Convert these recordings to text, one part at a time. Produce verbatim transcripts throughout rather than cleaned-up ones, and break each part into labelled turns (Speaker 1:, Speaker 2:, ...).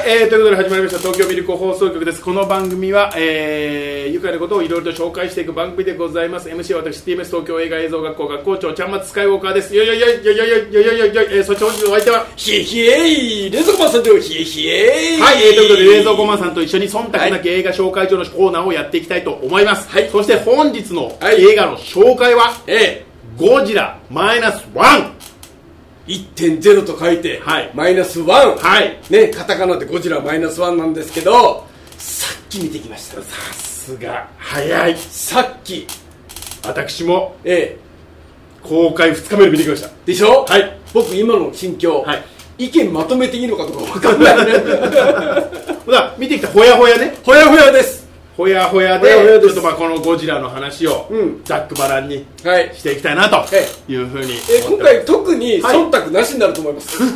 Speaker 1: えー、ということで始まりました東京ミルク放送局です。この番組は、えー、愉快なことをいろいろと紹介していく番組でございます。 エムシー は私 ティーエムエス 東京映画映像学校学校長ちゃんまつスカイウォーカーです。よいよいよいよいよいよいよいよいよいよ、えー、そして本日のお相手は
Speaker 2: ひえひえい冷蔵庫マンさんとひえひえい
Speaker 1: はい、えー、ということで冷蔵庫マンさんと一緒に忖度なき映画紹介所のコーナーをやっていきたいと思います、はい、そして本日の映画の紹介は、
Speaker 2: え
Speaker 1: ー、ゴジラマイナスワン
Speaker 2: いってんゼロ と書いて、はい、マイナスワン、はいね、カタカナでゴジラマイナスワンなんですけど、さっき見てきました。
Speaker 1: さすが早い。
Speaker 2: さっき
Speaker 1: 私も、
Speaker 2: ええ、
Speaker 1: 公開ふつかめで見てきました
Speaker 2: でしょ。
Speaker 1: はい、
Speaker 2: 僕今の心境、はい、意見まとめていいのかどうか分かんない
Speaker 1: ほら見てきたほやほやね、
Speaker 2: ほやほやです。
Speaker 1: ほやほやで、ほやほやでちょっとまあこのゴジラの話を、うん、ざっくばらんにしていきたいなというふうに、
Speaker 2: えー、今回特に忖度なしになると思います、はい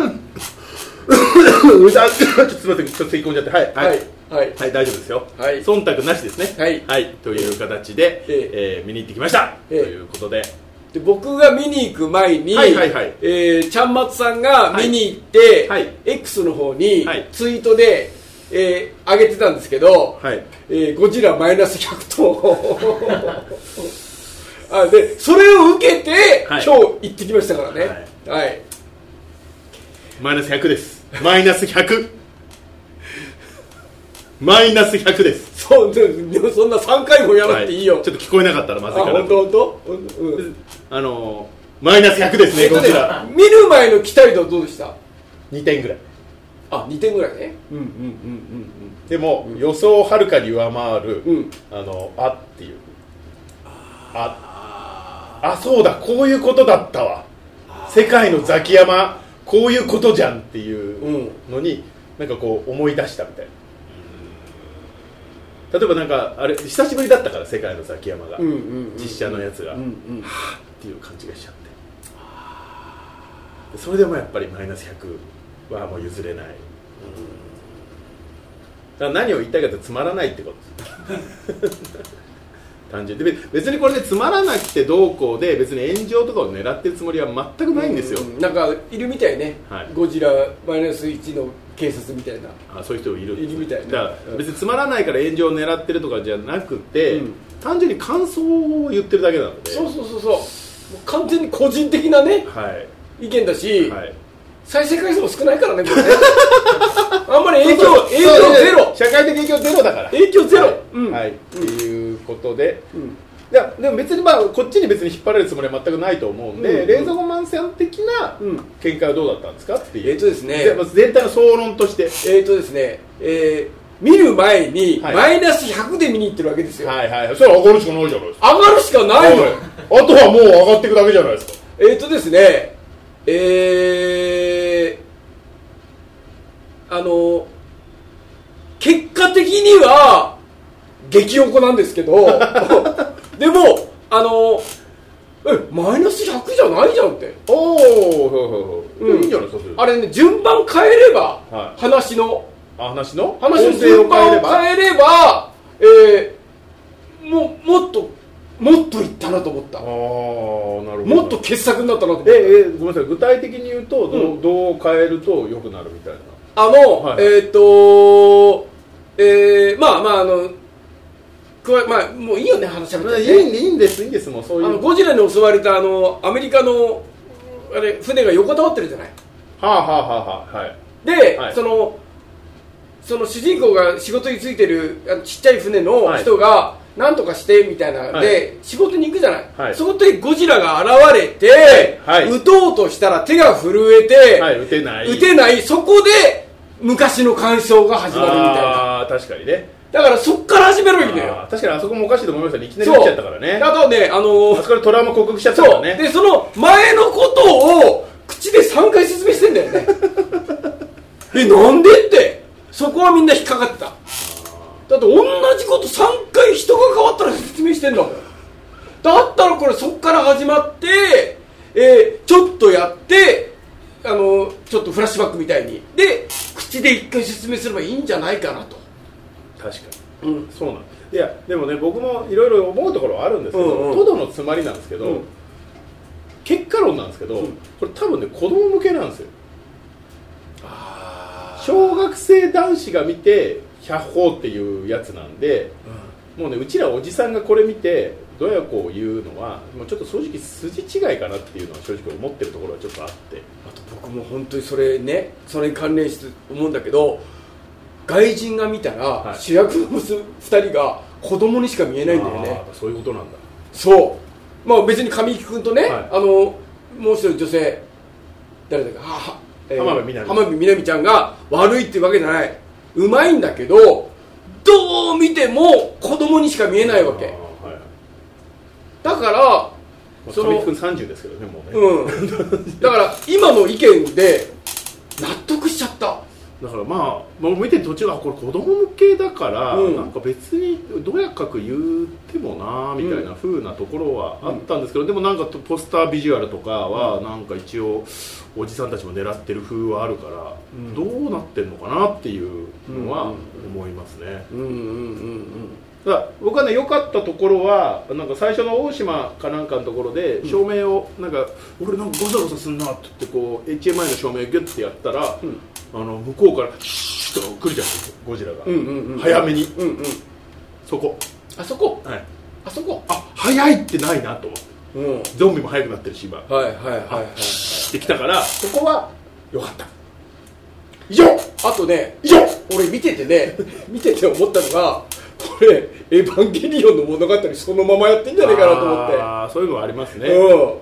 Speaker 1: ちょっとすみません、ちょっと吸い込んじゃってはいはい、はいはいはい、大丈夫ですよ、はい、忖度なしですね、はいはい、という形で、えーえー、見に行ってきました、えー、ということで
Speaker 2: で僕が見に行く前に、
Speaker 1: はいはいはい、
Speaker 2: えー、ちゃんまつさんが見に行って、はいはい、X の方にツイートで、えー、上げてたんですけど、はいえー、ゴジラマイナスひゃくとあでそれを受けて、はい、今日行ってきましたからね、はいはい、
Speaker 1: マイナスひゃくですマイナスひゃくマイナスひゃくです。
Speaker 2: そうそんなさんかいもやらなくていいよ、はい、
Speaker 1: ちょっと聞こえなかったらまずいから。
Speaker 2: 本当本当、
Speaker 1: うん、あのー、マイナスひゃくですね、ゴジラ。
Speaker 2: 見る前の期待度はどうでした？
Speaker 1: にてんぐらい。
Speaker 2: あ、にてんぐらいね。
Speaker 1: うんうんうんうんうん。でも、うん、予想をはるかに上回る、うん、あのあっていうああそうだこういうことだったわ、世界のザキヤマこういうことじゃんっていうのに、うん、なんかこう思い出したみたいな。例えばなんかあれ久しぶりだったから世界のザキヤマが、うんうんうん、実写のやつが、うんうん、はぁっていう感じがしちゃって、それでもやっぱりマイナスひゃくはもう譲れない、うん、だから何を言いたいかとつまらないってことです単純で別にこれでつまらなくてどうこうで別に炎上とかを狙ってるつもりは全くないんですよ。
Speaker 2: うんなんかいるみたいね、はい、ゴジラマイナスいちの警察みたいな、
Speaker 1: あそういう人いる
Speaker 2: いるみたいな。
Speaker 1: だから別につまらないから炎上を狙ってるとかじゃなくて、うん、単純に感想を言ってるだけなので、
Speaker 2: そうそうそうそう、もう完全に個人的なね、はい、意見だし、はい、再生回数も少ないからね、これねあんまり影響影響ゼロ、
Speaker 1: 社会的影響ゼロだから
Speaker 2: 影響ゼロ、はい
Speaker 1: うんはい、っていうことで、うん、いやでも別にまあこっちに別に引っ張られるつもりは全くないと思うんで、うんうん、冷蔵庫マンさん的な見解はどうだったんですかっていう、
Speaker 2: えーとですね、
Speaker 1: 全体の総論として
Speaker 2: えーとですね、えー、見る前にマイナスひゃくで見に行ってるわけですよ。
Speaker 1: はいはい、それは上がるしかないじゃないですか。
Speaker 2: 上がるしかないの、
Speaker 1: あとはもう上がっていくだけじゃないですか。
Speaker 2: えーとですねえー、あの結果的には激横なんですけどでもあのえマイナスひゃくじゃないじゃんって。
Speaker 1: おお、うん、いいんじゃないですか。
Speaker 2: あれね、順番変えれば、はい、話の
Speaker 1: あ話の
Speaker 2: 話の順番を変えれば、えー、ももっともっといったなと思った。ああ、なるほど。もっと傑作になったなと思った。
Speaker 1: ええごめんなさい、具体的に言うとどう、うん、どう変えると良くなるみたいな。
Speaker 2: あの、はい、えっ、ー、とえー、まあまああのまあもういいよね話しゃべって、ね、
Speaker 1: いいいいんですいいんですもうそういう
Speaker 2: あのゴジラに襲われたあのアメリカのあれ船が横たわってるじゃない。
Speaker 1: はあはあはあはい。
Speaker 2: で、
Speaker 1: はい、
Speaker 2: そのその主人公が仕事についてるあのちっちゃい船の人が、はい、なんとかしてみたいなで、はい、仕事に行くじゃない、はい、そこでゴジラが現れて、はい、撃とうとしたら手が震えて、
Speaker 1: はい、撃てない
Speaker 2: 撃てないそこで昔の感想が始まるみたいな。
Speaker 1: ああ確かにね。
Speaker 2: だからそっから始めるんだよ。
Speaker 1: 確かにあそこもおかしいと思いましたね。いきなり撃っちゃったからね。
Speaker 2: あとね、あのー、
Speaker 1: あそこでトラウマ克服しちゃったからね。
Speaker 2: そうでその前のことを口でさんかい説明してんだよねえなんでってそこはみんな引っかかってた。だって同じことさんかい人が変わったら説明してんだもん。だったらこれそっから始まって、えー、ちょっとやってあのちょっとフラッシュバックみたいにで口で一回説明すればいいんじゃないかなと。
Speaker 1: 確かに、うん、そうなんです。いやでもね僕もいろいろ思うところはあるんですけど、うんうん、トドのつまりなんですけど、うん、結果論なんですけど、うん、これ多分ね子供向けなんですよ。あ正小学生男子が見て百歩っていうやつなんで、うん、もうねうちらおじさんがこれ見てどやこう言うのはもうちょっと正直筋違いかなっていうのは正直思ってるところはちょっとあって、
Speaker 2: あと僕も本当にそれねそれに関連して思うんだけど、外人が見たら、はい、主役のふたりが子供にしか見えないんだよね。
Speaker 1: あ、そういうことなんだ。
Speaker 2: そう、まあ、別に神木君とね、はい、あのもう一人女性誰だかは、えー、浜辺美波浜辺美波ちゃんが悪いっていうわけじゃない、うまいんだけどどう見ても子供にしか見えないわけ、はい、だから
Speaker 1: その神木君さんじゅうですけどねもうね、
Speaker 2: うん、だから今の意見で納得しちゃった。
Speaker 1: だからまあ見てる途中はこれ子供向けだから、うん、なんか別にどやかく言ってもなみたいな風なところはあったんですけど、うん、でもなんかポスタービジュアルとかはなんか一応おじさんたちも狙ってる風はあるから、うん、どうなってんのかなっていうのは思いますね。うんうんうんうんだから僕はね良かったところはなんか最初の大島かなんかのところで照明をなんか、うん、俺なんかゴサゴサすんなって言ってこう エイチエムアイ の照明をギュッてやったら、うん、あの向こうからシュッと来るじゃんゴジラが、うんうんうん、早めに、うんうん、そこ
Speaker 2: あそこ、
Speaker 1: はい、
Speaker 2: あそこ
Speaker 1: あ早いってないなと思って、うん、ゾンビも早くなってるし今
Speaker 2: はいはいはいはい、はい、
Speaker 1: ってきたからそこは良かった。
Speaker 2: 以上。あとね以上俺見ててね見てて思ったのがこれエヴァンゲリオンの物語そのままやってんじゃねえかなと思って。
Speaker 1: ああそういうのはありますね。
Speaker 2: うん。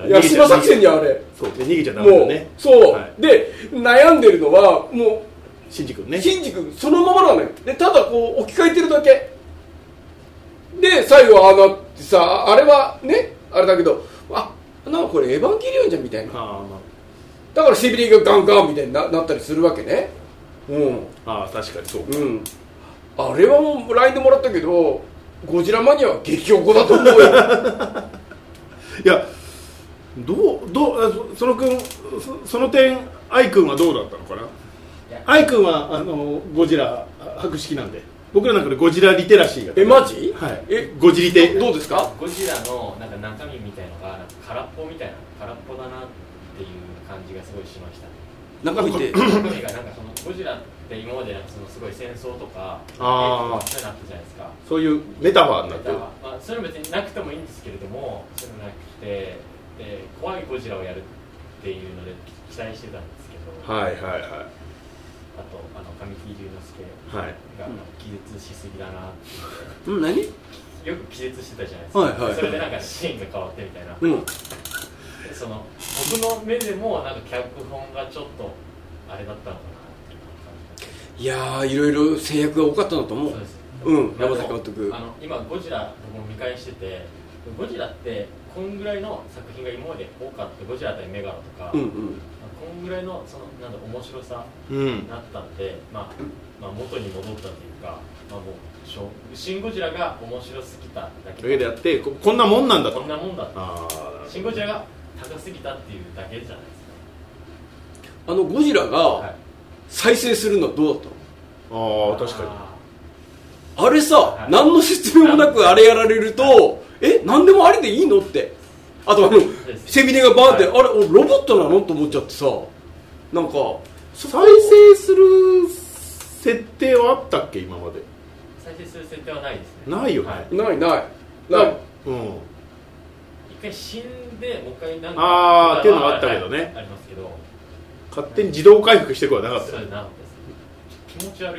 Speaker 2: 八島作戦にあれ。
Speaker 1: そうで逃げちゃダメだね。
Speaker 2: そう、はい、で悩んでるのはもう
Speaker 1: シンジ君ね。
Speaker 2: シンジ君そのままなのよ。でただこう置き換えてるだけで最後ああなってさ、あれはねあれだけどあなんかこれエヴァンゲリオンじゃんみたいな。あだからシビリがガンガンみたいに な, なったりするわけね。うん
Speaker 1: ああ確かにそう。
Speaker 2: うんあれはもう ライン でもらったけどゴジラマニアは激おこだと思うよ
Speaker 1: いやどうどうその君 そ, その点愛君はどうだったのかな。愛君はあのゴジラ博識なんで僕らなんかでゴジラリテラシーが
Speaker 2: えマジ、
Speaker 1: はい、えゴジリテ
Speaker 2: どうですか。
Speaker 3: ゴジラのなんか中身みたいのがなんか空っぽみたいな空っぽだなっていう感じがすごいしました。
Speaker 2: 中身って
Speaker 3: 中身がなんかそのゴジラで今までなんかそのすごい戦争とかあそういうのあったじゃないですか。
Speaker 1: そういうメタファーになってる。
Speaker 3: まあ、それは別になくてもいいんですけれどもそういうのなくてで怖いゴジラをやるっていうので期待してたんですけど
Speaker 1: はいはいはい
Speaker 3: あとあの神木隆之介
Speaker 1: が
Speaker 3: 気絶しすぎだなって
Speaker 2: うん何
Speaker 3: よく気絶してたじゃないですか、はいはい、それでなんかシーンが変わってみたいな、うん、その僕の目でもなんか脚本がちょっとあれだったのかな。
Speaker 2: いやーいろいろ制約が多かったんだと思う。そうです、うん、山崎監督
Speaker 3: あの今ゴジラ僕も見返しててゴジラってこんぐらいの作品が今まで多かったゴジラ対メガロとか、うんうん、こんぐらいのそのなんだ面白さになったんで、うんまあ、まあ元に戻ったというか、まあ、もうシン・ゴジラが面白すぎただけ
Speaker 1: でやってここんなもんなんだと
Speaker 3: こんなもんだったシン・ゴジラが高すぎたっていうだけじゃないですか。
Speaker 2: あのゴジラが再生するのはどうだったの。
Speaker 1: ああ確かに
Speaker 2: あれさ、はい、何の説明もなくあれやられると、はい、え何でもありでいいのって。あとあの背びれがバーンって、はい、あれロボットなのと思っちゃってさなんか
Speaker 1: 再生する設定はあったっけ今まで。
Speaker 3: 再生する設定はないですね。
Speaker 1: ないよね、
Speaker 2: はい、ないないない
Speaker 1: うん
Speaker 3: 一回死んでもう一回なんか
Speaker 1: ああっていうのがあったけどね、
Speaker 3: はい、ありますけど
Speaker 1: 勝手に自動回復していくはなかったよね。
Speaker 3: そうなかったです。気持ち悪い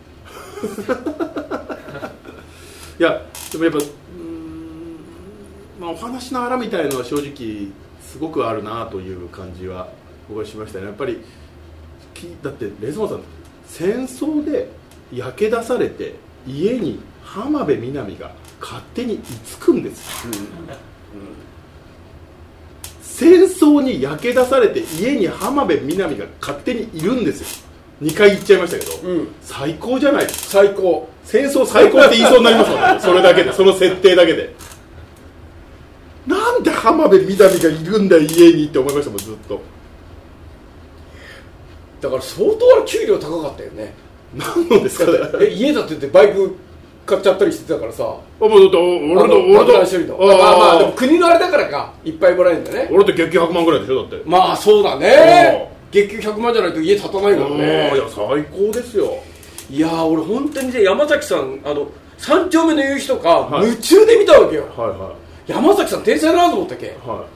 Speaker 1: いやでもやっぱうーん、まあ、お話の荒みたいのは正直すごくあるなという感じは僕はしましたね。やっぱりだってレズモンさん戦争で焼け出されて家に浜辺美波が勝手に居つくんですよ、うんうん、戦争に焼け出されて家に浜辺美波が勝手にいるんですよ。にかい言っちゃいましたけど、うん、最高じゃないですか。
Speaker 2: 最高
Speaker 1: 戦争最高って言いそうになりますもんねそれだけでその設定だけでなんで浜辺美波がいるんだ家にって思いましたもんずっと。
Speaker 2: だから相当給料高かったよね。
Speaker 1: 何のですかね
Speaker 2: え家だって言ってバイク買っちゃったりしてたからさあ
Speaker 1: もうだって俺と俺
Speaker 2: とまあまあでも国のあれだからかいっぱいもらえるんだね。
Speaker 1: 俺と月給ひゃくまんぐらいでしょだって。
Speaker 2: まあそうだね月給ひゃくまんじゃないと家建たないからね。
Speaker 1: いや最高ですよ。
Speaker 2: いやー俺本当にね山崎さんあの三丁目の夕日とか、はい、夢中で見たわけよ、はいはい、山崎さん天才だなと思ったっけ、はい、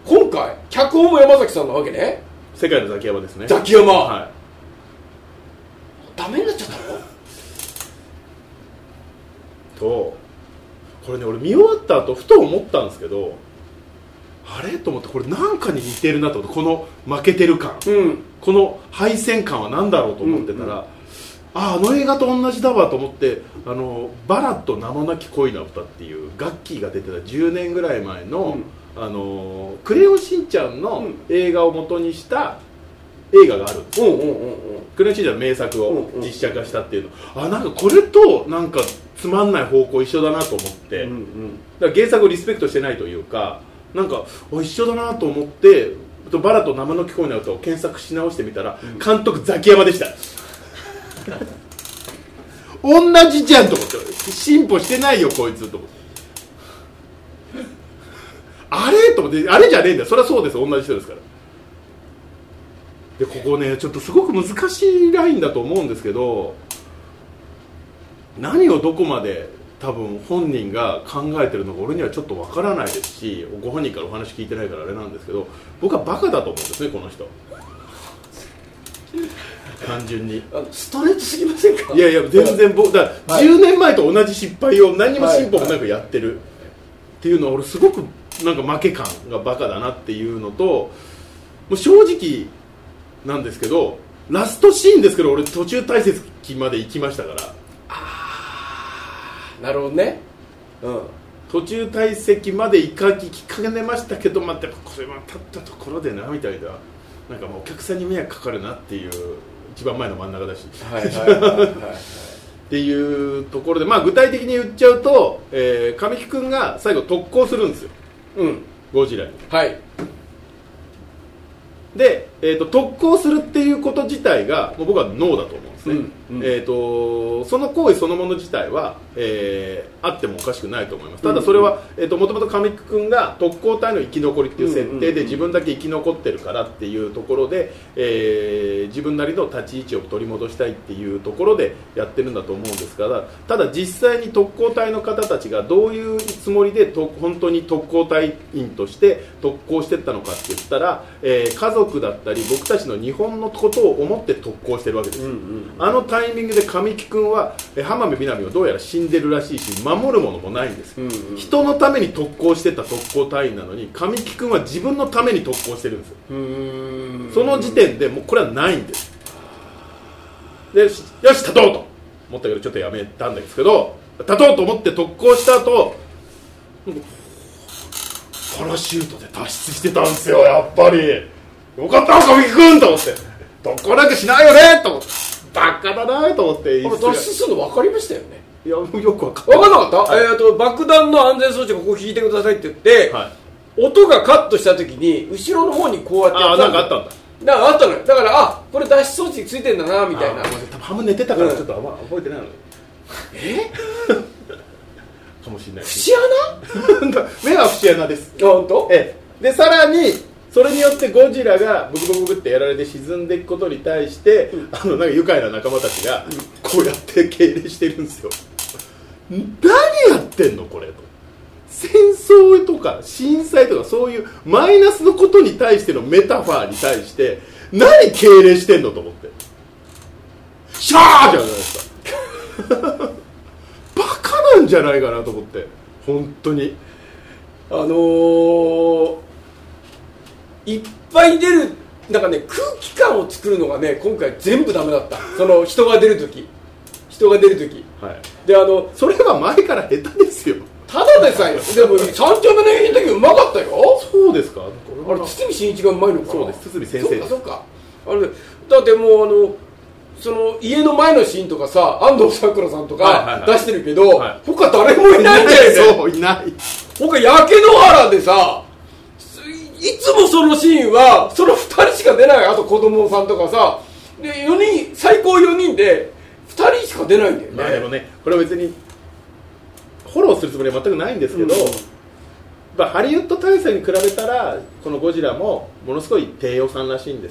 Speaker 2: 今回脚本も山崎さんなわけね。
Speaker 1: 世界のザキヤマですね。
Speaker 2: ザキヤマ、
Speaker 1: はい、
Speaker 2: ダメになっちゃったの
Speaker 1: とこれね俺見終わった後ふと思ったんですけど、あれと思ってこれなんかに似てるなと思って、この負けてる感、うん、この敗戦感は何だろうと思ってたら、うんうん、ああの映画と同じだわと思って、あのバラッド名もなき恋の歌っていうガッキーが出てたじゅうねんぐらい前の、うん、あのクレヨンしんちゃんの映画を元にした映画があるんです、うんうんうんうん、クレヨンしんちゃんの名作を実写化したっていうの、うんうん、あなんかこれとなんかつまんない方向一緒だなと思って、うんうん、だから原作をリスペクトしてないというか、なんか一緒だなと思ってバラと生の聞こえない歌を検索し直してみたら、うん、監督ザキヤマでした同じじゃんと思って進歩してないよこいつと思ってあれと思ってあれじゃねえんだよ、そりゃそうです同じ人ですから。でここねちょっとすごく難しいラインだと思うんですけど、何をどこまで多分本人が考えてるのか俺にはちょっとわからないですし、ご本人からお話聞いてないからあれなんですけど、僕はバカだと思うんですねこの人単純に
Speaker 2: あのストレートすぎませんか。
Speaker 1: いやいや全然僕だからじゅうねんまえと同じ失敗を何も進歩もなくやってるっていうのは俺すごくなんか負け感がバカだなっていうのと、もう正直なんですけどラストシーンですけど俺途中退席まで行きましたから。
Speaker 2: なるほどね、うん、
Speaker 1: 途中退席まで行かきかねましたけど、待ってこれは立ったところでなみたいな、なんかもうお客さんに迷惑かかるなっていう、一番前の真ん中だしっていうところで、まあ具体的に言っちゃうと、えー、神木君が最後特攻するんですよ、うん、ゴジラに。はいで、えーと、特攻するっていうこと自体がもう僕はノーだと思うんですね、うんうん、えーと、その行為そのもの自体は、えー、あってもおかしくないと思います。ただそれは、えーと、もともと神木君が特攻隊の生き残りっていう設定で自分だけ生き残ってるからっていうところで、えー、自分なりの立ち位置を取り戻したいっていうところでやってるんだと思うんですから、ただ実際に特攻隊の方たちがどういうつもりでと本当に特攻隊員として特攻していったのかって言ったら、えー、家族だったり僕たちの日本のことを思って特攻してるわけです、うんうん、あのタイミングで神木君は浜辺美波はどうやら死んでるらしいし守るものもないんです、うんうん、人のために特攻してた特攻隊員なのに神木君は自分のために特攻してるんですよ。うーん、その時点でもうこれはないんです。でよし立とうと思ったけどちょっとやめたんですけど、立とうと思って特攻した後パラシュートで脱出してたんですよ。やっぱりよかった神木君と思って特攻なんかしないよねと思ってバカだなと思って。
Speaker 2: 脱出するの分かりましたよね。
Speaker 1: いやよく分かった。
Speaker 2: 分かんなかった、はい、えー、と爆弾の安全装置をここ引いてくださいって言って、はい、音がカットした時に後ろの方にこうやってやったんだ。
Speaker 1: あ、なんかあったんだ。
Speaker 2: なんかあったのよ。だからあこれ脱出装置ついてんだなみたいな。
Speaker 1: 半分寝てたからちょっと、うん、覚えてないの。えかもしれない。
Speaker 2: 節穴
Speaker 1: 目は節穴です。
Speaker 2: あ、本当？
Speaker 1: ええ。でさらにそれによってゴジラがブクブクブクってやられて沈んでいくことに対して、うん、あのなんか愉快な仲間たちがこうやって敬礼してるんですよ。何やってんのこれと。戦争とか震災とかそういうマイナスのことに対してのメタファーに対して何敬礼してんのと思って、シャーじゃないですかバカなんじゃないかなと思って、本当に
Speaker 2: あのー、いっぱい出るなんかね空気感を作るのがね今回全部ダメだった。その人が出るとき人が出るとき、はい、であの
Speaker 1: それは前から下手ですよ。
Speaker 2: ただでさえでも三丁目の夕日の時うまかったよ。
Speaker 1: そうですか。
Speaker 2: あれ堤真一がうまいのかな。
Speaker 1: そうです、堤先生です。
Speaker 2: そうかそうか。あれだってもうあのその家の前のシーンとかさ安藤サクラさんとか出してるけど、はいはいはい、他誰もいないんだよね。
Speaker 1: そういない。
Speaker 2: 他焼け野原でさいつもそのシーンはそのふたりしか出ない。あと子供さんとかさでよにん最高よにんでふたりしか出ないんだよね。
Speaker 1: まあでもねこれは別にフォローするつもりは全くないんですけど、うんまあ、ハリウッド大作に比べたらこのゴジラもものすごい低予算らしいんです。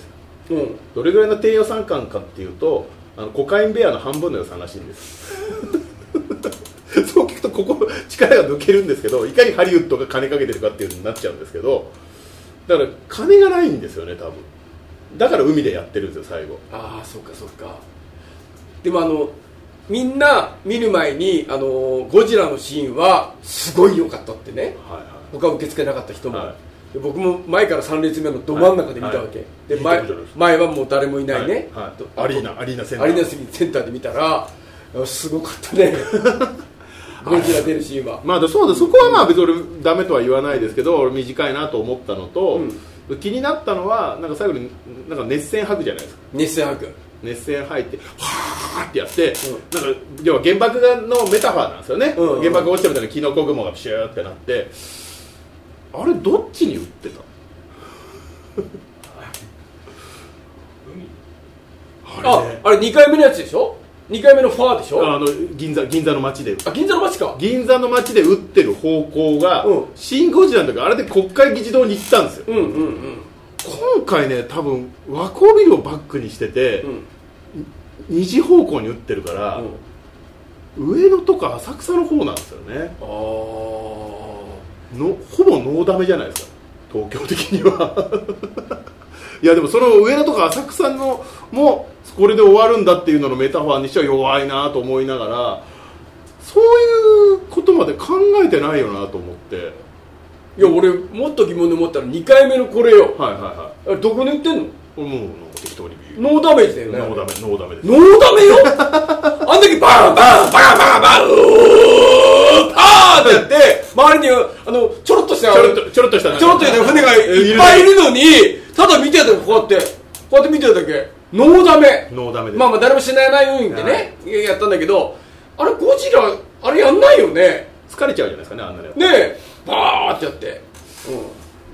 Speaker 1: うん、どれぐらいの低予算感かっていうとあのコカインベアの半分の予算らしいんですそう聞くとここ力が抜けるんですけどいかにハリウッドが金かけてるかっていうのになっちゃうんですけどだから金がないんですよね多分だから海でやってるんですよ最後。
Speaker 2: ああそっかそっか。でもあのみんな見る前にあのゴジラのシーンはすごい良かったってね、はいはい、他受け付けなかった人も、はい、で僕も前からさん列目のど真ん中で見たわけ、はいはい、で 前, 前はもう誰もいないね、はいはい、アリーナアリーナセンターアリーナセンターで見たらすごかったねゴジラ出るシーンは
Speaker 1: まあそうだそこはまあ別に俺ダメとは言わないですけど短いなと思ったのと、うん、気になったのはなんか最後になんか熱線吐くじゃないですか。
Speaker 2: 熱線吐く
Speaker 1: 熱線吐いてはーってやって、うん、なんか要は原爆のメタファーなんですよね、うんうん、原爆が落ちたみたいなキノコ雲がピシューってなってあれどっちに撃ってた
Speaker 2: あれ、ね、あれにかいめのやつでしょ。にかいめのファーでしょ。
Speaker 1: あの銀座銀座の街で
Speaker 2: あ銀座の街か
Speaker 1: 銀座の街で撃ってる方向が、うん、シン・ゴジラの時あれで国会議事堂に行ったんですよ、うんうんうん、今回ね多分和光ビルをバックにしてて、うん、二次方向に撃ってるから、うん、上野とか浅草の方なんですよね。あのほぼノーダメじゃないですか東京的にはいやでもその上野とか浅草のもこれで終わるんだっていうののメタファーにしては弱いなと思いながらそういうことまで考えてないよなと思って
Speaker 2: いや俺もっと疑問に思ったらにかいめのこれよはいはいはいどこに売ってんの。
Speaker 1: もう適当に
Speaker 2: ノーダメージだよね。
Speaker 1: ノーダメノーダメです
Speaker 2: ノーダメよあんだけバンバンバンバンバンうーパーってやって周りにあのちょろっとした
Speaker 1: ちょろっとちょろっとした
Speaker 2: ちょろっとした船がいっぱいいるのにただ見てただけこうやってこうやって見てただけノーダメ
Speaker 1: ノーダメです。
Speaker 2: まあまあ誰も死なないようにでね、はい、やったんだけどあれゴジラあれやんないよね。
Speaker 1: 疲れちゃうじゃないですかねあんなの
Speaker 2: ねえバーってやって、うん、そうです
Speaker 1: ね。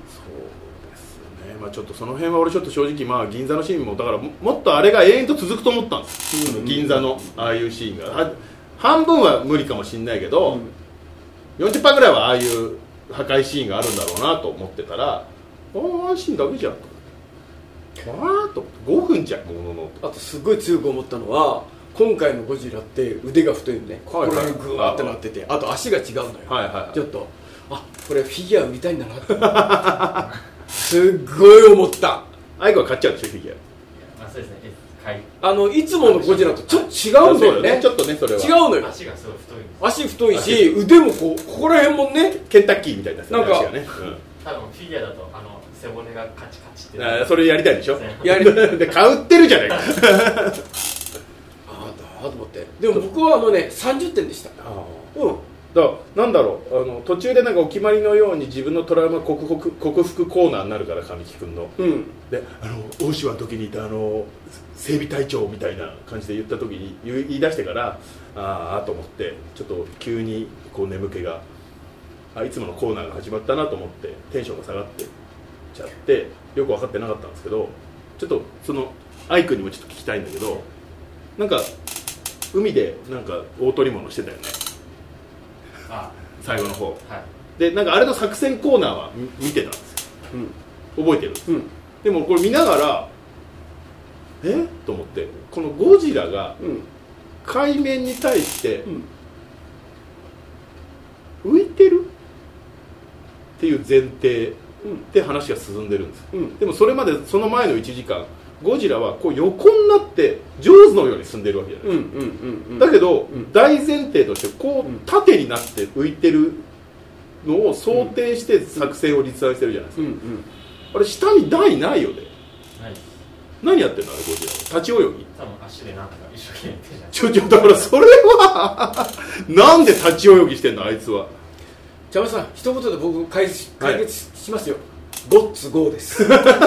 Speaker 1: まあちょっとその辺は俺ちょっと正直まあ銀座のシーンもだからもっとあれが永遠と続くと思ったんです、うん、銀座のああいうシーンが半分は無理かもしれないけど、うん、よんじゅっパーセント ぐらいはああいう破壊シーンがあるんだろうなと思ってたらああシーンだけじゃんとあーとごふんじゃんものの。
Speaker 2: あとすごい強く思ったのは今回のゴジラって腕が太いのね、はいはい、これグワーってなっててあと足が違うのよ、はいはいはい、ちょっとあこれフィギュア売りたいんだなってすっごい思った。
Speaker 1: アイコは買っちゃうでしょフィギュ
Speaker 3: ア。あそうですねはい、
Speaker 2: あのいつものゴジラとちょっと違うんだよね。
Speaker 1: ねちょっとねそれは
Speaker 2: 違うのよ。
Speaker 3: 足がすごい太い
Speaker 2: 足太いし腕もこうここら辺もね
Speaker 1: ケンタッキーみたいな
Speaker 2: なんか、
Speaker 1: 足がね、うん、
Speaker 3: 多分フィギュアだとあの背骨がカチカチって
Speaker 1: あそれやりたいでしょ
Speaker 2: やり
Speaker 1: で買うってるじゃないかあ
Speaker 2: あだと思ってでも僕はあのねさんじゅってんでした。あ
Speaker 1: うんだなんだろうあの途中でなんかお決まりのように自分のトラウマ克服、克服コーナーになるから神木君の、うん、であの大島の時にいたあの整備隊長みたいな感じで言った時に言い出してからああと思ってちょっと急にこう眠気があいつものコーナーが始まったなと思ってテンションが下がってちゃってよく分かってなかったんですけどちょっとそのアイ君にもちょっと聞きたいんだけどなんか海でなんか大捕り物してたよねあ最後の方、はい、でなんかあれの作戦コーナーは見てたんですよ、うん、覚えてるんです、うん、でもこれ見ながらえと思ってこのゴジラが海面に対して浮いてるっていう前提で話が進んでるんです、うん、でもそれまでその前のいちじかんゴジラはこう横になってジョーズのように進んでるわけじゃないですか、うんうんうんうん、だけど、うん、大前提としてこう縦になって浮いてるのを想定して作戦を立案してるじゃないですか、うんうん、あれ下に台ないよね、はい、何やってんのあれゴジラ立ち泳ぎ
Speaker 3: 多分足でなんか一生懸命やってるじゃない
Speaker 1: ちょちょだからそれはなんで立ち泳ぎしてんのあいつは。
Speaker 2: 茶丸さん一言で僕解決、解決しますよ、はい、ゴッツゴーです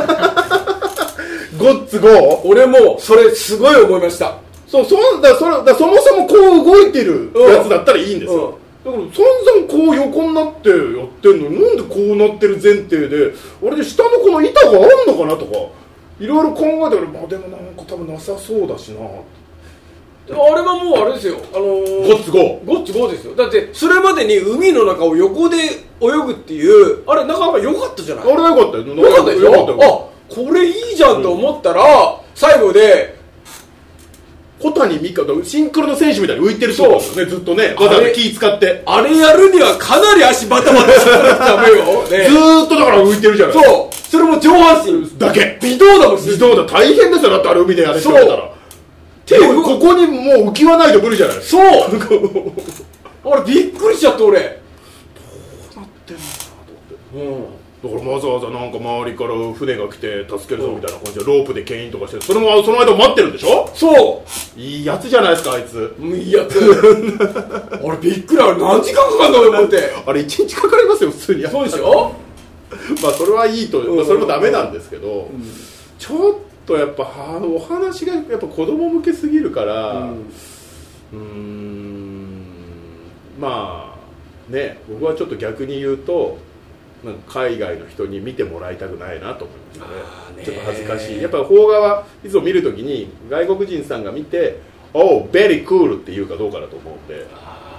Speaker 1: ゴッツゴー
Speaker 2: 俺もそれすごい思いました。
Speaker 1: そうそだそれだそもそもこう動いてるやつだったらいいんですよ、うん、だから散々こう横になってやってんのになんでこうなってる前提で俺で下のこの板があんのかなとかいろいろ考えてまあでもなんか多分なさそうだしな。
Speaker 2: あれはもうあれですよ、あのー、
Speaker 1: ゴッツゴー
Speaker 2: ゴッツゴーですよ。だってそれまでに海の中を横で泳ぐっていうあれなかなか良かったじゃない。
Speaker 1: あれは良かったよ。
Speaker 2: 良かったでしょ。あこれいいじゃんと思ったら、うん、最後で
Speaker 1: 小谷美香とシンクロの選手みたいに浮いてるそうですよね、ずっとね、わざわざ気使って。
Speaker 2: あれやるにはかなり足バタバタしないとダメよ、ね、
Speaker 1: ずーっとだから浮いてるじゃない。
Speaker 2: そう、それも上半身
Speaker 1: だけ。
Speaker 2: 微動だもん。
Speaker 1: 微動だ、大変ですよ、だってあれ海でやれって言われたら。手ここにもう浮き輪ないと無理じゃない。
Speaker 2: そうあれびっくりしちゃって俺。ど
Speaker 1: うなってんのかなと思って。うん。だからわざわざなんか周りから船が来て助けるぞみたいな感じでロープで牽引とかして、それもその間待ってるんでしょ。
Speaker 2: そう
Speaker 1: いいやつじゃないですかあいつ。
Speaker 2: いいやつあれびっくり、あれ何時間かかるんだろうと思って。
Speaker 1: あれいちにちかかりますよ普通に。
Speaker 2: そうでしょ
Speaker 1: まあそれはいいと、まあ、それもダメなんですけど、うん、ちょっとやっぱお話がやっぱ子供向けすぎるから、うん、うーんまあね、僕はちょっと逆に言うとなんか海外の人に見てもらいたくないなと思いますね。ちょっと恥ずかしい。やっぱり邦画はいつも見るときに外国人さんが見て「Oh, very cool」って言うかどうかだと思うんで、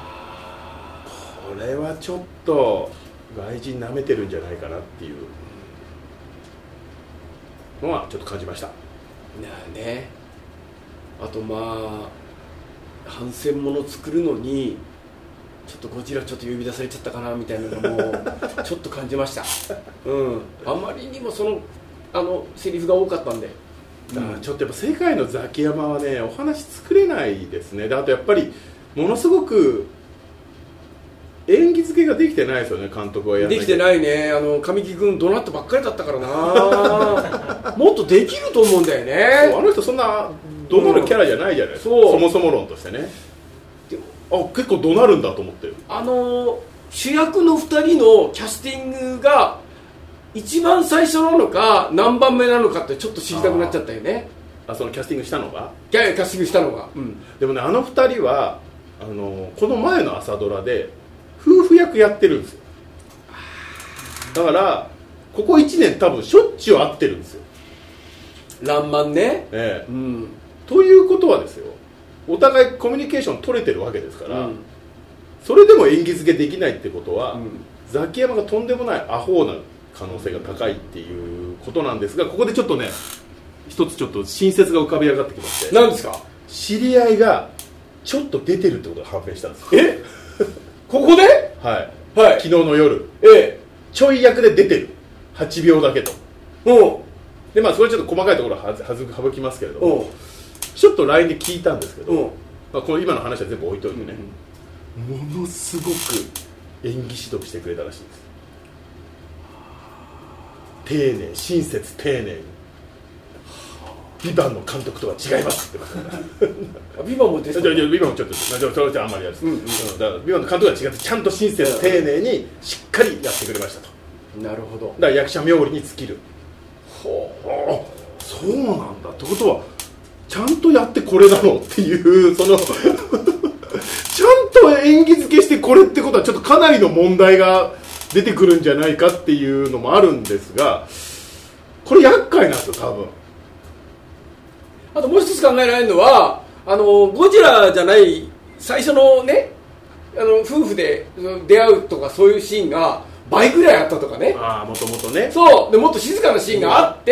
Speaker 1: これはちょっと外人舐めてるんじゃないかなっていうのはちょっと感じました。
Speaker 2: なあね。あとまあ反戦もの作るのにちょっとゴジラちょっと呼び出されちゃったかなみたいなのもちょっと感じました。うん。あまりにもそのあのセリフが多かったんで。
Speaker 1: だからちょっとやっぱ世界のザキヤマはねお話作れないですね。であとやっぱりものすごく演技付けができてないですよね、監督は。や
Speaker 2: できてないね。あの神木君怒鳴ってばっかりだったからなもっとできると思うんだよね。
Speaker 1: そう、あの人そんな怒鳴るキャラじゃないじゃないですか、うん、そもそも論としてね。でもあ結構怒鳴るんだと思ってる。
Speaker 2: あの主役のふたりのキャスティングが一番最初なのか何番目なのかってちょっと知りたくなっちゃったよね。
Speaker 1: あそのキャスティングしたのが
Speaker 2: キャスティングしたのが、うん、
Speaker 1: でもねあのふたりはあのこの前の朝ドラで夫婦役やってるんですよ。だからここいちねん多分しょっちゅう会ってるんですよ。
Speaker 2: らんまんね、
Speaker 1: ええうん、ということはですよ、お互いコミュニケーション取れてるわけですから、うん、それでも演技付けできないってことは、うん、ザキヤマがとんでもないアホな可能性が高いっていうことなんですが、ここでちょっとね一つちょっと新説が浮かび上がってきまして。
Speaker 2: 何ですか。
Speaker 1: 知り合いがちょっと出てるってことが判明したんです。
Speaker 2: えここで、
Speaker 1: はい
Speaker 2: はい、
Speaker 1: 昨日の夜、
Speaker 2: ええ、
Speaker 1: ちょい役で出てるはちびょうだけと。
Speaker 2: うん
Speaker 1: でまあそれちょっと細かいところは省きますけれども、ちょっと ライン で聞いたんですけど、まあ、この今の話は全部置いといてね、うん、ものすごく演技指導してくれたらしいです。丁寧、親切丁寧にビバンの監督とは違いますって言ってました
Speaker 2: ビバンもです
Speaker 1: か。いやいやビバンもちょっとそれじゃあんまりやるです、うんうん、だからビバンの監督は違ってちゃんと親切丁寧にしっかりやってくれましたと。
Speaker 2: なるほど。
Speaker 1: だから役者冥利に尽きる。ほう、そうなんだってことはちゃんとやってこれなのっていうそのちゃんと演技付けしてこれってことはちょっとかなりの問題が出てくるんじゃないかっていうのもあるんですが、これ厄介なんですよ多分。
Speaker 2: あともう一つ考えられるのはあのゴジラじゃない最初のねあの夫婦で出会うとかそういうシーンが倍ぐらいあったとかね。
Speaker 1: ああもともとね。
Speaker 2: そうでもっと静かなシーンがあって、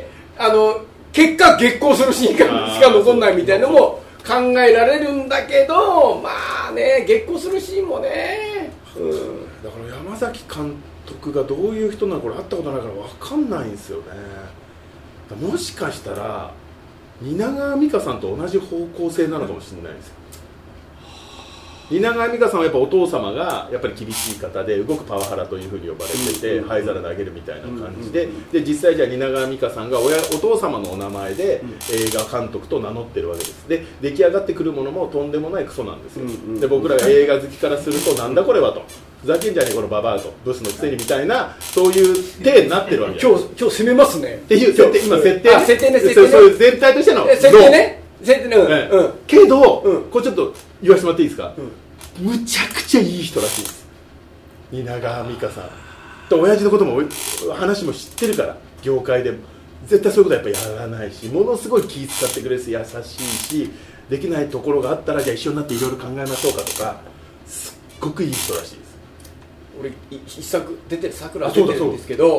Speaker 2: あの結果激高するシーンしか残んないみたいなのも考えられるんだけど、まあね激高するシーンもね、うん、
Speaker 1: だから山崎監督がどういう人なのか会ったことないから分かんないんですよね。もしかしたら蜷川実花さんと同じ方向性なのかもしれないですよ。蜷川実花さんはやっぱお父様がやっぱり厳しい方で動くパワハラというふうに呼ばれてて灰皿投げるみたいな感じで、で実際じゃあ蜷川実花さんが親お父様のお名前で映画監督と名乗ってるわけです。で出来上がってくるものもとんでもないクソなんですよ。で僕らが映画好きからするとなんだこれはと、ふざけんじゃねえこのババアとブスのくせにみたいなそういう体になってるわけです。
Speaker 2: 今日今日攻めますね
Speaker 1: っていう設定、今設定ね、
Speaker 2: 設定ね設定ね、
Speaker 1: そういう全体としての
Speaker 2: 設定ね設定ね、うん、
Speaker 1: けど、うん、これちょっと言わせてもらっていいですか、うん、むちゃくちゃいい人らしいです。蜷川実花さんと親父のことも話も知ってるから、業界で絶対そういうことはやっぱやらないし、ものすごい気使ってくれるし優しいし、できないところがあったらじゃあ一緒になっていろいろ考えましょうかとか、すっごくいい人らしいです。
Speaker 2: 俺一作出てる桜出てるんですけど、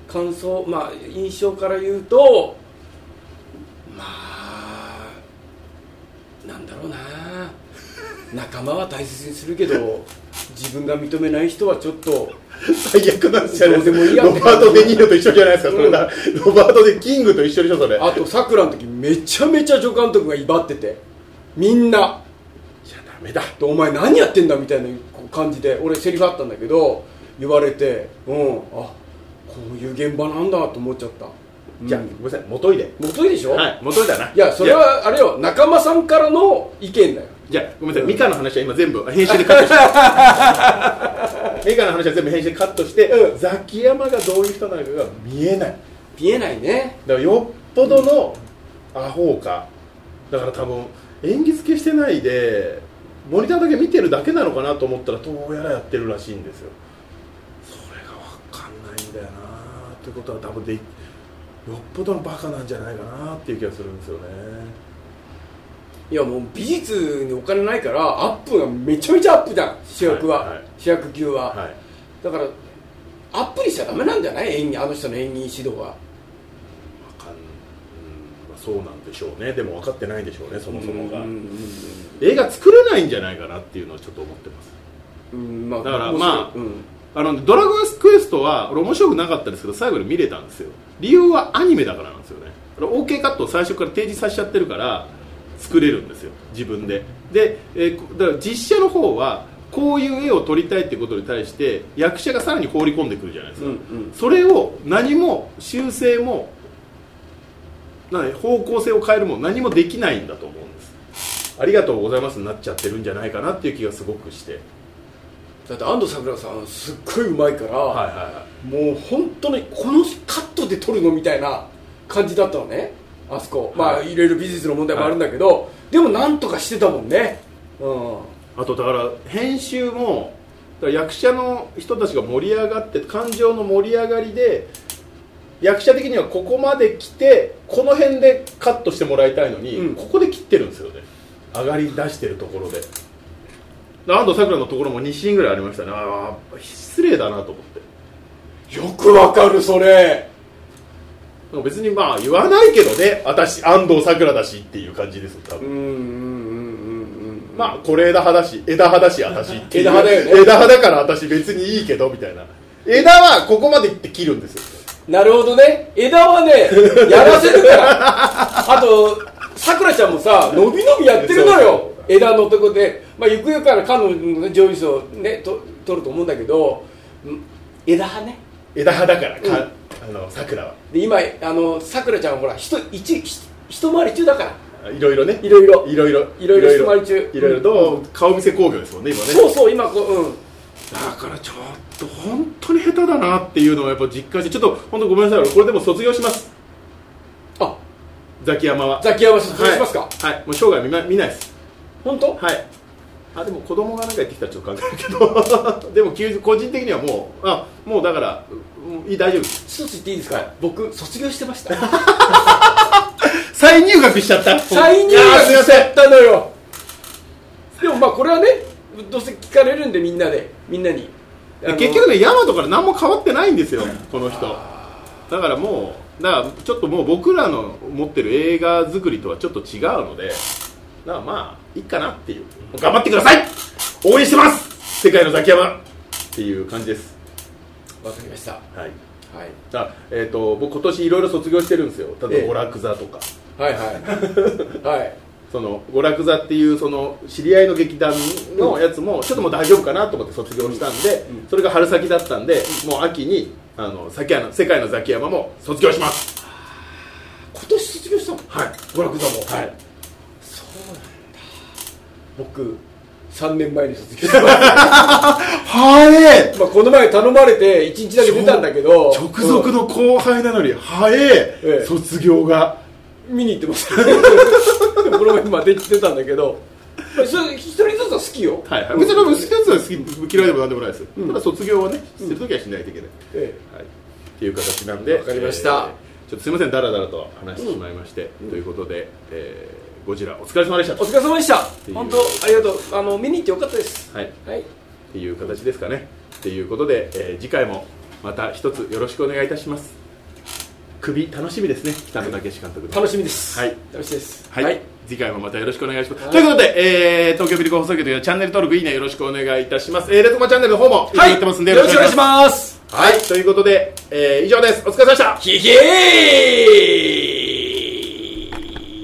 Speaker 2: 感想、まあ印象から言うと、まあなんだろうな、仲間は大切にするけど自分が認めない人はちょっと
Speaker 1: 最悪なんじゃないですか。
Speaker 2: どうでもいいや
Speaker 1: ロバート・デ・ニーロと一緒じゃないですか、それだ、うん、ロバート・デ・キングと一緒でしょそれ。
Speaker 2: あとさくらの時めちゃめちゃ助監督が威張ってて、みんな、いや
Speaker 1: ダメだ
Speaker 2: お前何やってんだみたいな感じで、俺セリフあったんだけど言われて、うん、あ、こういう現場なんだと思っちゃった。
Speaker 1: じゃあ、うん、ごめんなさい、元井で
Speaker 2: 元井でしょ。
Speaker 1: はい、元井だな。
Speaker 2: いや、それはあれよ、仲間さんからの意見だよ。
Speaker 1: じゃあごめんなさい、ミカの話は今全部編集でカットしてミカの話は全部編集でカットして、うん、ザキヤマがどういう人なのかが見えない。
Speaker 2: 見えないね。
Speaker 1: だからよっぽどのアホか、だから多分演技付けしてないでモニターだけ見てるだけなのかなと思ったらどうやらやってるらしいんですよ。それが分かんないんだよなってことは多分でよっぽどのバカなんじゃないかなっていう気がするんですよね。
Speaker 2: いやもう美術にお金ないからアップがめちゃめちゃアップじゃん、主役は、はいはい、主役級は、はい、だからアップにしちゃダメなんじゃない、演技、あの人の演技指導は。わ
Speaker 1: かん、うん、まあ、そうなんでしょうね。でも分かってないんでしょうね、そもそもが。うんうんうん、映画作れないんじゃないかなっていうのをちょっと思ってます。うん、まあ、だからまあ、うん、あのドラゴンクエストは俺面白くなかったですけど最後に見れたんですよ。理由はアニメだからなんですよね。オーケー カットを最初から提示させちゃってるから作れるんですよ、自分で。で、えー、だから実写の方はこういう絵を撮りたいってことに対して役者がさらに放り込んでくるじゃないですか、うんうん、それを何も修正も何方向性を変えるも何もできないんだと思うんです。ありがとうございますになっちゃってるんじゃないかなっていう気がすごくして。
Speaker 2: だって安藤サクラさんすっごいうまいから、はいはいはい、もう本当にこのカットで撮るのみたいな感じだったのね、あそこ。まあ、はい、いろいろ美術の問題もあるんだけど、はい、でもなんとかしてたもんね、うん、あ
Speaker 1: とだから編集もだから役者の人たちが盛り上がって感情の盛り上がりで役者的にはここまで来てこの辺でカットしてもらいたいのに、うん、ここで切ってるんですよね、上がり出してるところで。安藤サクラのところもにシーンぐらいありましたね。ああ失礼だなと思って。
Speaker 2: よくわかるそれ。
Speaker 1: 別にまあ言わないけどね、私安藤サクラだしっていう感じです多分。うんうんうんうん、まあ是枝派だし枝派だし私っていう枝派だよね。枝派だから私別にいいけどみたいな。枝はここまで行って切るんですよ。
Speaker 2: なるほどね。枝はねやらせるからあとサクラちゃんもさ伸び伸びやってるのよ。枝のとこで、まあ、ゆくゆくから彼女の上位層ねと取ると思うんだけど、枝派ね。
Speaker 1: 枝派だからか、うん、あの桜は
Speaker 2: で今あの桜ちゃんはほら一一一回り中だから。
Speaker 1: いろいろね。
Speaker 2: いろいろ
Speaker 1: いろいろ
Speaker 2: いろいろ一回り中。
Speaker 1: いろいろと、うん、顔見せ工業ですもんね今ね。
Speaker 2: そうそう今こう、うん。
Speaker 1: だからちょっと本当に下手だなっていうのをやっぱ実感して、ちょっと本当ごめんなさい、これでも卒業します。あ、ザキヤマは。
Speaker 2: ザキヤマ卒業しますか。
Speaker 1: はい、はい、もう生涯見、ま、見ないです。
Speaker 2: 本当？
Speaker 1: はい。あでも子供が何か言ってきたらちょっと考えるけどでも個人的にはもうあもうだからいい大丈夫です。
Speaker 2: 一つ言っていいですか、はい、僕卒業してました
Speaker 1: 再入学しちゃった。
Speaker 2: 再入学しちゃったのよ。でもまあこれはねどうせ聞かれるんでみんなでみんなに
Speaker 1: 結局ねヤマトから何も変わってないんですよこの人。だからもうだからちょっともう僕らの持ってる映画作りとはちょっと違うので、だからまあいいかなっていう、頑張ってください、応援してます、世界のザキヤマっていう感じです。
Speaker 2: わかりました。はい、はい、
Speaker 1: じゃあ、えー、と僕今年いろいろ卒業してるんですよ。例えば娯楽座とか、
Speaker 2: えー、はいはいはい
Speaker 1: その娯楽座っていうその知り合いの劇団のやつもちょっともう大丈夫かなと思って卒業したんで、うん、それが春先だったんでもう秋にあの世界の世界のザキヤマも卒業します。
Speaker 2: 今年卒業したの？
Speaker 1: はい、
Speaker 2: 娯楽座も。はい、そうなんだ。僕さんねんまえに卒業した
Speaker 1: はえ、
Speaker 2: まあ、この前頼まれていちにちだけ出たんだけど
Speaker 1: 直属の後輩なのにはえ、ええ、卒業が
Speaker 2: 見に行ってますこの前まで出たんだけどそれ一人ずつは好きよ。
Speaker 1: はいはい、別に好きなやつは好き嫌いでもなんでもないです、うん、ただ卒業はねするときはしないといけない、うん、はい、っていう形なんで。
Speaker 2: わかりました、えー、
Speaker 1: ちょっとすいませんダラダラと話してしまいまして、うん、ということで、えー、ゴジラお疲れ様でした。
Speaker 2: お疲れ様でした。本当ありがとう。あの見に行ってよかったです。
Speaker 1: はい、はい、っていう形ですかね。っていうことで、えー、次回もまた一つよろしくお願いいたします。首楽しみですね、北野武監督の。
Speaker 2: 楽しみです。
Speaker 1: はい、
Speaker 2: 楽しみです。
Speaker 1: はい、はい、次回もまたよろしくお願いします。はい、ということで、えー、東京ビリコ放送局ではチャンネル登録いいねよろしくお願いいたします。えー、レトマチャンネルの方もやってますんで、
Speaker 2: はい、よろしくお願いします。
Speaker 1: はい、ということで、えー、以上です。お疲れ様でした。
Speaker 2: ひひー